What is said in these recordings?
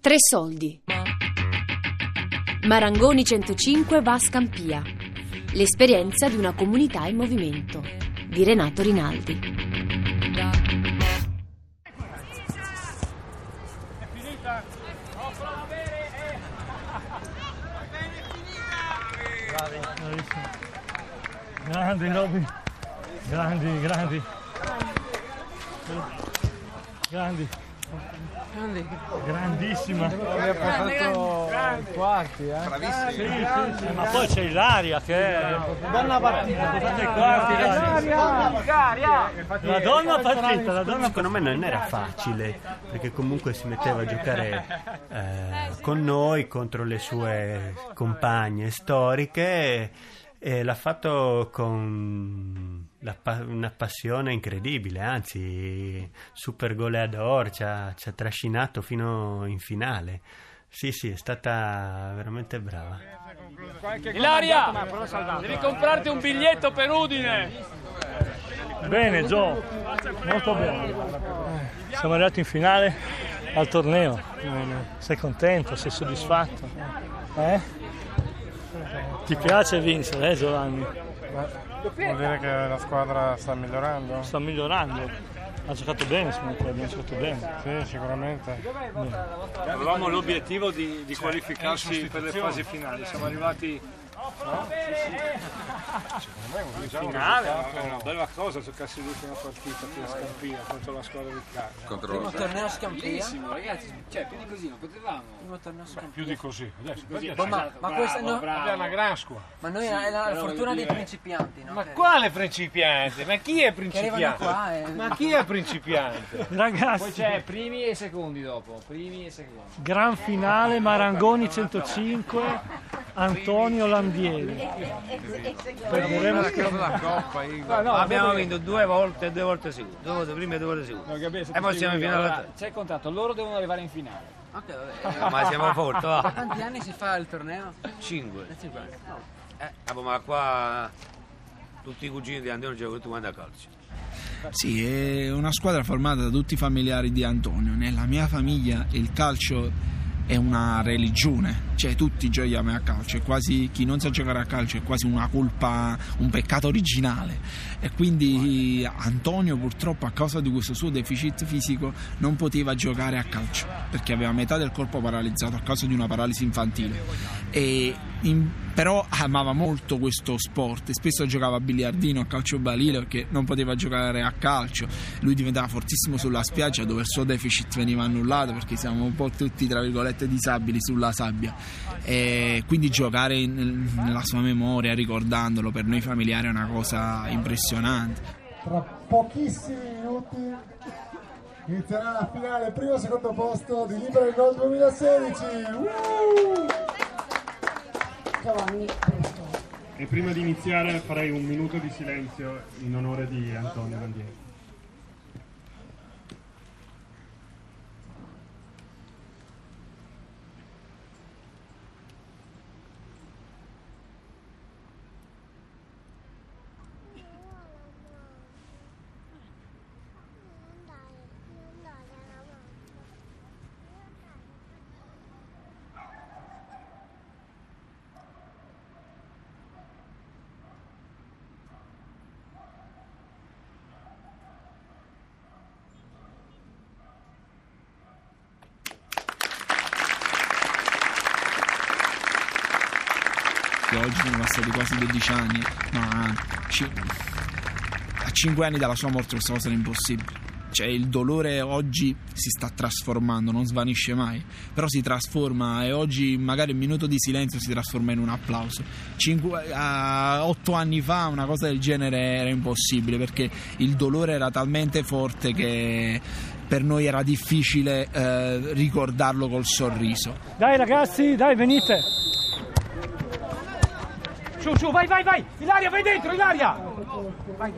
Tre soldi. Marangoni 105 va a Scampia. L'esperienza di una comunità in movimento di Renato Rinaldi. È finita? Offro da bere e... Bravissimo. Grandi Robby. Grandi. Grandissima. Abbiamo passato i quarti, Bravissimi. Sì. Ma poi c'è Ilaria che è Donna partita. La donna partita. Secondo me non era facile, perché comunque si metteva a giocare con noi contro le sue compagne storiche e l'ha fatto con una passione incredibile, anzi super goleador, ci ha trascinato fino in finale. Sì, è stata veramente brava. Ilaria, devi comprarti un biglietto per Udine. Bene Gio, molto bene. Siamo arrivati in finale al torneo. Sei contento? Sei soddisfatto? Ti piace vincere, Giovanni? Vuol dire che la squadra sta migliorando? Sta migliorando. Ha giocato bene, secondo te? Abbiamo giocato bene. Sì, sicuramente. Avevamo l'obiettivo di qualificarsi per le fasi finali. Siamo arrivati finale. È una bella cosa giocarsi l'ultima partita qui a Scampia contro la squadra di casa. Primo torneo a Scampia? Bellissimo, ragazzi, cioè più di così non potevamo. Primo torneo a Scampia. Più di così. Adesso, Ma questa è una gran squadra. Ma noi è la fortuna dei principianti, no? Ma quale principiante? Ma chi è Che arrivano principiante? qua Ma chi è principiante? Ragazzi, Poi c'è primi e secondi dopo, gran finale Marangoni 105, Antonio Landieri. Perderemo la coppa. Abbiamo vinto due volte seconde, 2 volte prima e 2 volte seconde. E poi siamo in finale. C'è il contratto, loro devono arrivare in finale. Ok, vabbè. Ma siamo forti, va. Da quanti anni si fa il torneo? 5. Da 5 anni. Ma qua tutti i cugini di Antonio giocano tutti quanti a calcio. Sì, è una squadra formata da tutti i familiari di Antonio. Nella mia famiglia il calcio è una religione, cioè tutti giochiamo a calcio, è quasi, chi non sa giocare a calcio è quasi una colpa, un peccato originale, e quindi Antonio purtroppo a causa di questo suo deficit fisico non poteva giocare a calcio perché aveva metà del corpo paralizzato a causa di una paralisi infantile però amava molto questo sport e spesso giocava a biliardino, a calcio balile, perché non poteva giocare a calcio. Lui diventava fortissimo sulla spiaggia dove il suo deficit veniva annullato perché siamo un po' tutti tra virgolette disabili sulla sabbia, e quindi giocare nella sua memoria ricordandolo per noi familiari è una cosa impressionante. Tra pochissimi minuti inizierà la finale, primo e secondo posto di Libera il Gol 2016. E prima di iniziare farei un minuto di silenzio in onore di Antonio Landieri. Oggi sono passati quasi 12 anni, ma a 5 anni dalla sua morte questa cosa era impossibile. Cioè il dolore oggi si sta trasformando, non svanisce mai, però si trasforma, e oggi magari un minuto di silenzio si trasforma in un applauso. 8 anni fa una cosa del genere era impossibile perché il dolore era talmente forte che per noi era difficile ricordarlo col sorriso. Dai ragazzi, dai, venite. Su, vai! Ilaria, vai dentro, Ilaria! Vai!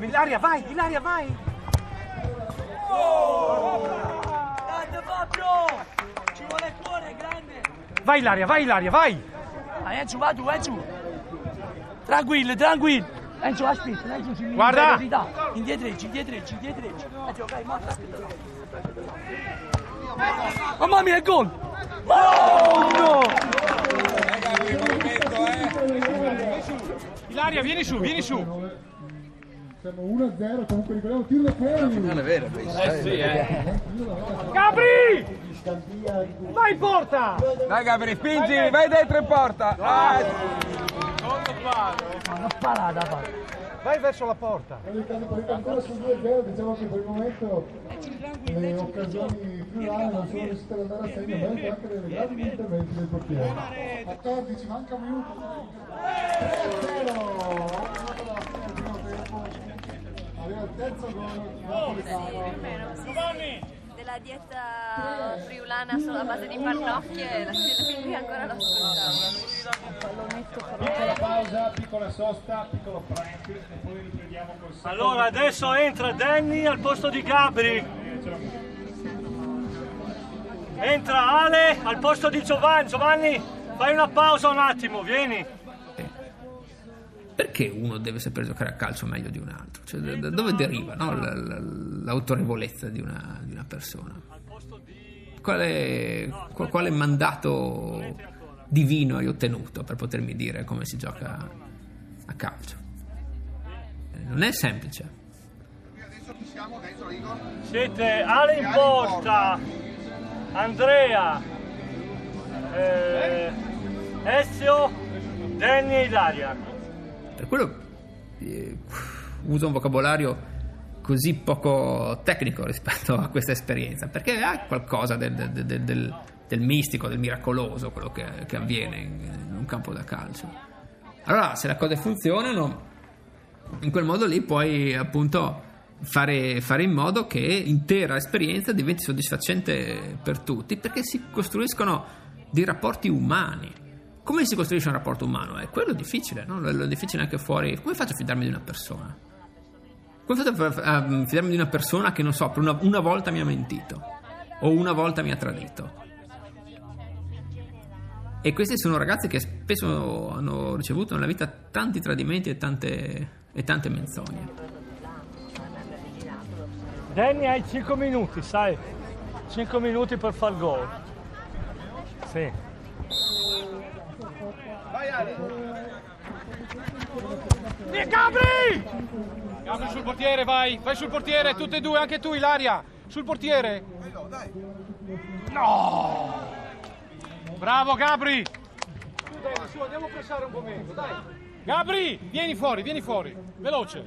Grande Fabio! Ci vuole cuore, grande! Vai Ilaria! Vai Enzo, vai giù! Tranquillo! Enzo, aspetta, guarda! Indietreggi! Enzo, ok, morta! Mamma mia, il gol! Ilaria, vieni su. Siamo 1-0, comunque ricordiamo tiro da fuori. Non è vero, Gabri! Vai in porta! Dai Gabri, spingi, vai dentro in porta. Una parata, Vai verso la porta. Nel caso partita ancora su 2-0, diciamo che per il momento le occasioni più rare non sono riuscite ad andare a segno, ma anche delle grandi interventi del portiere. 14, manca un minuto. 3-0. Arriva il terzo gol. Della dieta friulana sulla base di pannocchie, la figlia ancora lo ascoltavo. Piccola pausa, piccola sosta, piccolo break e poi riprendiamo col secondo. Allora adesso entra Danny al posto di Gabri. Entra Ale al posto di Giovanni. Giovanni, fai una pausa un attimo, vieni. Perché uno deve saper giocare a calcio meglio di un altro? Cioè, da dove deriva, no? L'autorevolezza di una persona? Quale mandato divino hai ottenuto per potermi dire come si gioca a calcio? Non è semplice. Siete Ale in porta, Andrea, Ezio, Danny e Ilaria. Per quello uso un vocabolario così poco tecnico rispetto a questa esperienza, perché ha qualcosa del mistico, del miracoloso, quello che avviene in un campo da calcio. Allora, se le cose funzionano, in quel modo lì puoi appunto fare in modo che l'intera esperienza diventi soddisfacente per tutti, perché si costruiscono dei rapporti umani. Come si costruisce un rapporto umano? È quello difficile, no? È difficile anche fuori. Come faccio a fidarmi di una persona? Come faccio a fidarmi di una persona che, non so, per una volta mi ha mentito o una volta mi ha tradito? E questi sono ragazzi che spesso hanno ricevuto nella vita tanti tradimenti e tante menzogne. Danny, hai 5 minuti, sai? 5 minuti per far gol. Sì. Vai Ale! Gabri! Gabri sul portiere, vai sul portiere, tutte e due, anche tu Ilaria, sul portiere. No! Bravo Gabri! Su, andiamo a pressare un momento, dai. Gabri, vieni fuori, veloce.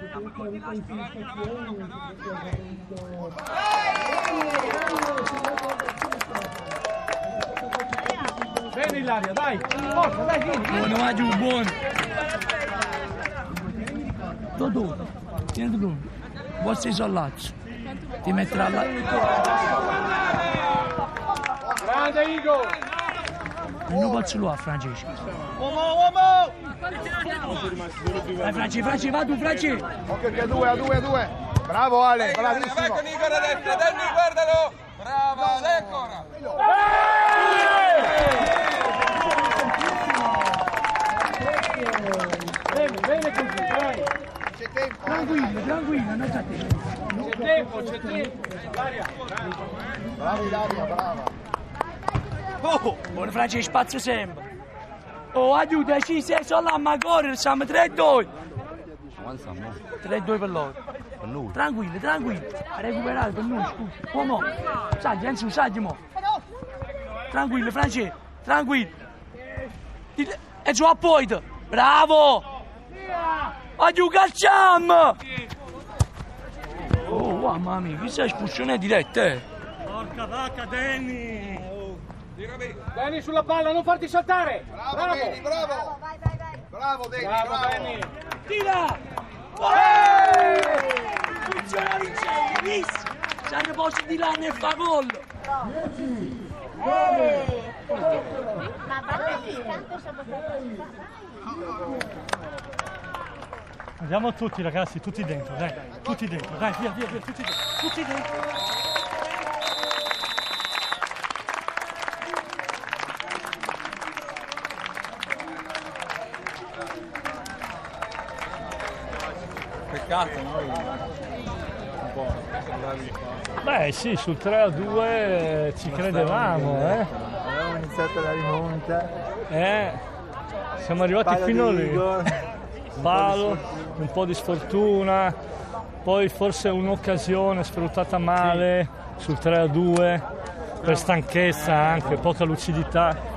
Bene Ilaria, dai, forza, dai, vieni. Buono, giù, buono. Dodò, vieni tu. Vuoi sei sollazzo. Ti metterà là. Grande Igor. Non posso lo a Francesco. Uomo! Vai Franci, va tu Franci. Ok, a due. Bravo Ale, bravissimo. Vai con Igor a destra, Danny, guardalo. Bravo Ale, ancora. Bene così, dai. C'è tempo. Tranquillo, non c'è tempo. C'è tempo. Ilaria. Brava, brava. Oh, buon Francesco, spazio sempre. Oh, aiuta, ci sei solo a correre, siamo 3-2. 3-2 per loro. Per noi. Tranquillo. A recuperare per noi, scusa. Uomo, saggi mo. Tranquillo, Francesco, tranquillo. E giù a poi. Bravo! Aiuta, calciamo! Oh, mamma mia, questa espulsione è diretta, Porca vacca, Danny! Danny sulla palla, non farti saltare! Bravo! Danny, bravo! Vai! Bravo Danny, bravo! Tira! Funziona Vincenzo, visto? C'è il posto di là nel fa gol! Ma vai, tanto siamo Andiamo tutti ragazzi, tutti dentro, dai, via, tutti dentro. Peccato, noi un po'. Beh sì, sul 3-2 ci credevamo, iniziata la rimonta. Siamo arrivati fino lì. Palo, un po' di sfortuna, poi forse un'occasione sfruttata male sul 3-2, per stanchezza anche, poca lucidità.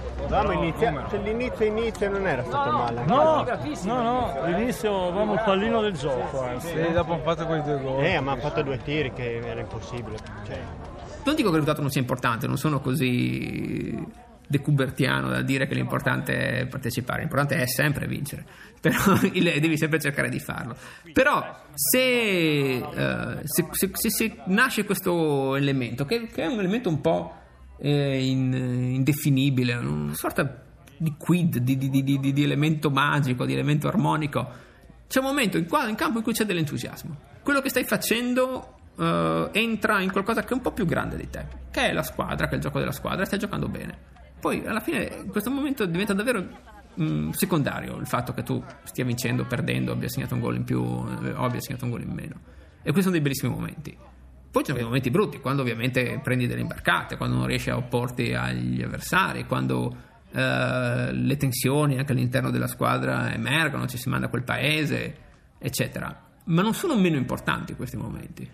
L'inizio non era stato male. No, l'inizio avevamo il pallino del gioco. Anzi. Sì, dopo hanno fatto quei 2 gol. Ma hanno fatto 2 tiri che era impossibile. Non dico che il risultato non sia importante, non sono così decubertiano da dire che l'importante è partecipare, l'importante è sempre vincere, però devi sempre cercare di farlo. Però se nasce questo elemento, che è un elemento un po' indefinibile, una sorta di quid, di elemento magico, di elemento armonico, c'è un momento in campo in cui c'è dell'entusiasmo. Quello che stai facendo entra in qualcosa che è un po' più grande di te, che è la squadra, che è il gioco della squadra, e stai giocando bene. Poi alla fine in questo momento diventa davvero secondario il fatto che tu stia vincendo, perdendo, abbia segnato un gol in più o abbia segnato un gol in meno. E questi sono dei bellissimi momenti. Poi ci sono dei momenti brutti, quando ovviamente prendi delle imbarcate, quando non riesci a opporti agli avversari, quando le tensioni anche all'interno della squadra emergono, ci si manda a quel paese, eccetera. Ma non sono meno importanti questi momenti.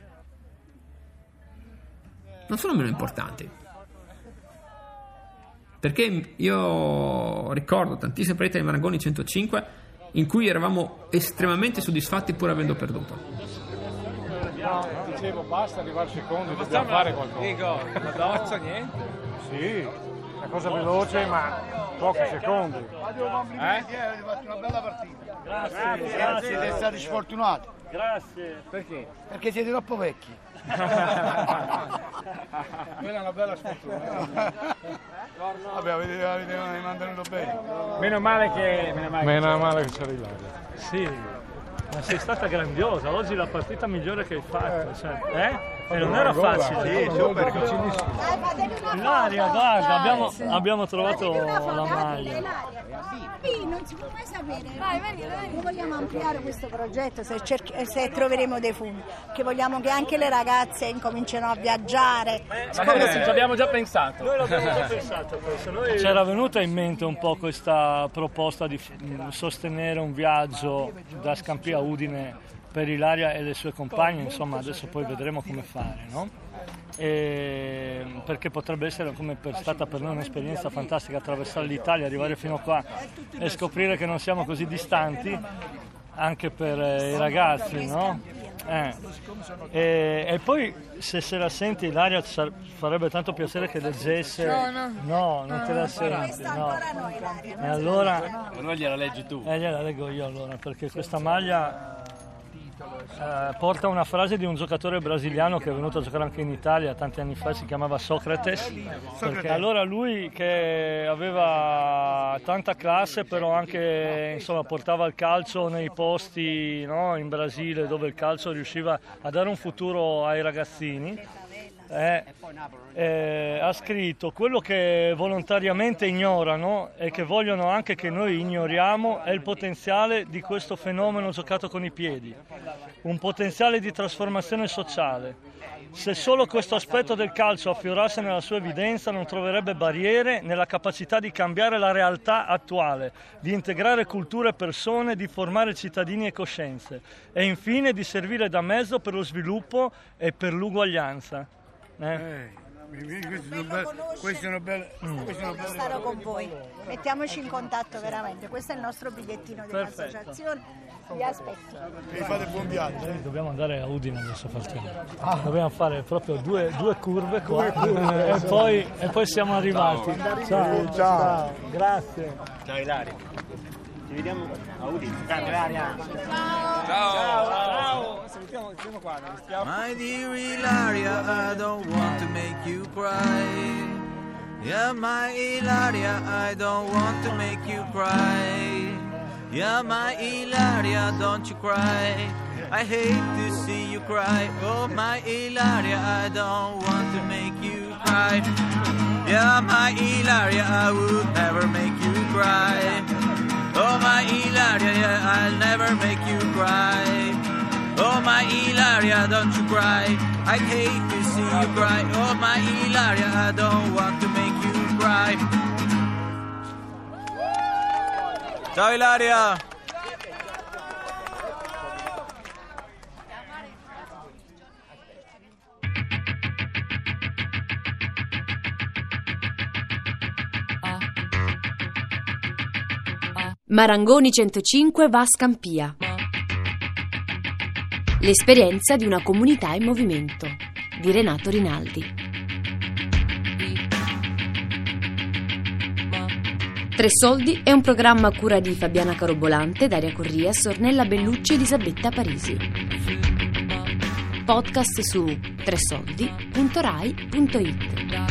Non sono meno importanti. Perché io ricordo tantissime partite di Marangoni 105 in cui eravamo estremamente soddisfatti pur avendo perduto. No, dicevo basta arrivare secondi, dobbiamo fare qualcosa. La doccia, niente? Sì, una cosa veloce ma pochi secondi. Avete fatto una bella partita. Grazie. Siete stati sfortunati. Grazie. Perché? Perché siete troppo vecchi. Quella è una bella sfortuna. Vabbè, avete mantenuto bene. Meno male che c'è Ilaria. Sì, ma sei stata grandiosa. Oggi la partita migliore che hai fatto. E non era facile. Sì, super. Ilaria, guarda, abbiamo trovato la maglia. Qui non si può mai sapere. Noi vogliamo ampliare questo progetto se troveremo dei fondi, che vogliamo che anche le ragazze incominciano a viaggiare. Ci abbiamo già pensato. Noi l'abbiamo già pensato questo. C'era venuta in mente un po' questa proposta di sostenere un viaggio da Scampia a Udine per Ilaria e le sue compagne, insomma adesso poi vedremo come fare, no? Perché potrebbe essere come stata per noi un'esperienza fantastica attraversare l'Italia, arrivare fino qua e scoprire che non siamo così distanti anche per i ragazzi, no? E poi se la senti Ilaria farebbe tanto piacere che leggesse. No, non te la senti, no. E allora noi gliela leggi tu. Gliela leggo io allora, perché questa maglia porta una frase di un giocatore brasiliano che è venuto a giocare anche in Italia tanti anni fa, si chiamava Socrates, perché allora lui che aveva tanta classe però anche insomma portava il calcio nei posti, no, in Brasile dove il calcio riusciva a dare un futuro ai ragazzini. Ha scritto: quello che volontariamente ignorano e che vogliono anche che noi ignoriamo è il potenziale di questo fenomeno giocato con i piedi, un potenziale di trasformazione sociale. Se solo questo aspetto del calcio affiorasse nella sua evidenza, non troverebbe barriere nella capacità di cambiare la realtà attuale, di integrare culture e persone, di formare cittadini e coscienze e infine di servire da mezzo per lo sviluppo e per l'uguaglianza. Questo è una bella. Starò con voi, mettiamoci in contatto veramente. Questo è il nostro bigliettino dell'associazione. Vi aspetto. Vi fate buon viaggio. Dobbiamo andare a Udine adesso, dobbiamo fare proprio due curve qua e poi siamo arrivati. Ciao. Grazie. Ciao Ilaria. Ci vediamo a Udine. Ciao Ilaria. Ciao. Siamo qua, My dear Ilaria, I don't want to make you cry. Yeah, my Ilaria, I don't want to make you cry. Yeah, my Ilaria, don't you cry. I hate to see you cry. Oh, my Ilaria, I don't want to make you cry. Yeah, my Ilaria, I would never make you cry. Oh, my Ilaria, yeah, I'll never make you cry. Oh, my Ilaria, don't you cry. I hate to see you cry. Oh, my Ilaria, I don't want to make you cry. cry. Ciao Ilaria. Marangoni 105 va a Scampia. L'esperienza di una comunità in movimento di Renato Rinaldi. Tre Soldi è un programma a cura di Fabiana Carobolante, Daria Corrias, Ornella Bellucci e Elisabetta Parisi. Podcast su tresoldi.rai.it.